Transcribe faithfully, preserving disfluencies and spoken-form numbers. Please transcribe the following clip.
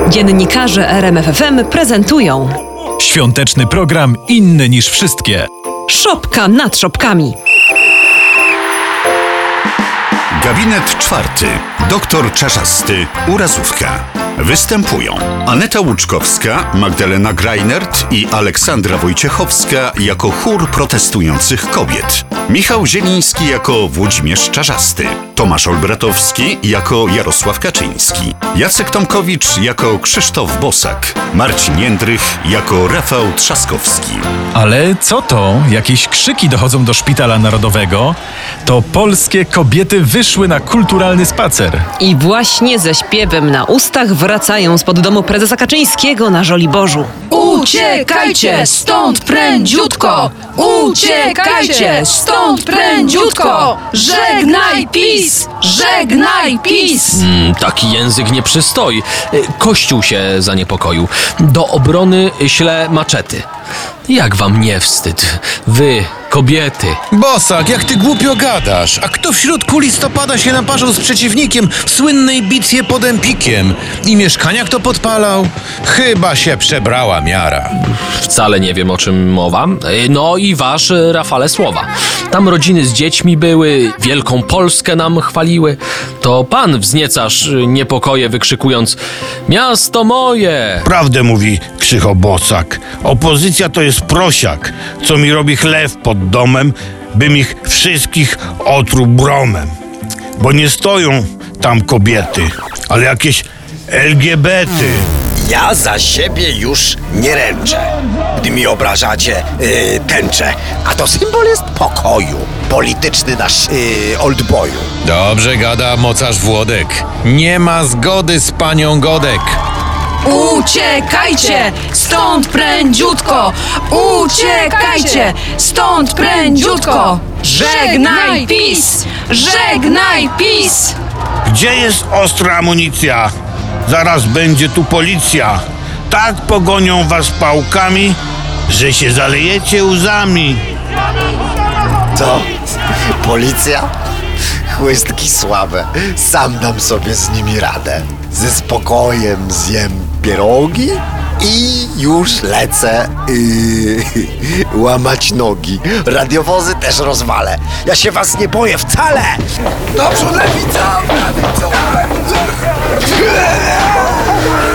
Dziennikarze R M F F M prezentują świąteczny program inny niż wszystkie. Szopka nad szopkami. Gabinet czwarty. Doktor Czarzasty. Urazówka. Występują Aneta Łuczkowska, Magdalena Greinert i Aleksandra Wojciechowska jako chór protestujących kobiet. Michał Zieliński jako Włodzimierz Czarzasty. Tomasz Olbratowski jako Jarosław Kaczyński. Jacek Tomkowicz jako Krzysztof Bosak. Marcin Jędrych jako Rafał Trzaskowski. Ale co to? Jakieś krzyki dochodzą do Szpitala Narodowego? To polskie kobiety wyszły na kulturalny spacer. I właśnie ze śpiewem na ustach wracają spod domu prezesa Kaczyńskiego na Żoliborzu. Uciekajcie stąd prędziutko! Uciekajcie stąd prędziutko! Żegnaj PiS! Żegnaj PiS! Mm, taki język nie przystoi. Kościół się zaniepokoił. Do obrony śle maczety. Jak wam nie wstyd? Wy, kobiety. Bosak, jak ty głupio gadasz. A kto w środku listopada się naparzył z przeciwnikiem w słynnej bitwie pod Empikiem? I mieszkania kto podpalał? Chyba się przebrała miara. Wcale nie wiem, o czym mowa. No i wasz, Rafale, słowa. Tam rodziny z dziećmi były, Wielką Polskę nam chwaliły. To pan wzniecasz niepokoje, wykrzykując: miasto moje! Prawdę mówi Krzycho Bosak. Opozycja to jest prosiak, co mi robi chlew pod domem, bym ich wszystkich otruł bromem. Bo nie stoją tam kobiety, ale jakieś L G B T. Ja za siebie już nie ręczę, gdy mi obrażacie yy, tęczę. A to symbol jest pokoju. Polityczny nasz yy, oldboyu. Dobrze gada mocarz Włodek. Nie ma zgody z panią Godek. Uciekajcie stąd prędziutko! Uciekajcie stąd prędziutko! Żegnaj PiS! Żegnaj PiS! Gdzie jest ostra amunicja? Zaraz będzie tu policja. Tak pogonią was pałkami, że się zalejecie łzami. Co? Policja? Chłystki słabe. Sam dam sobie z nimi radę. Ze spokojem zjem pierogi i już lecę yy, łamać nogi. Radiowozy też rozwalę. Ja się was nie boję wcale. Dobrze, lewica! Prawica!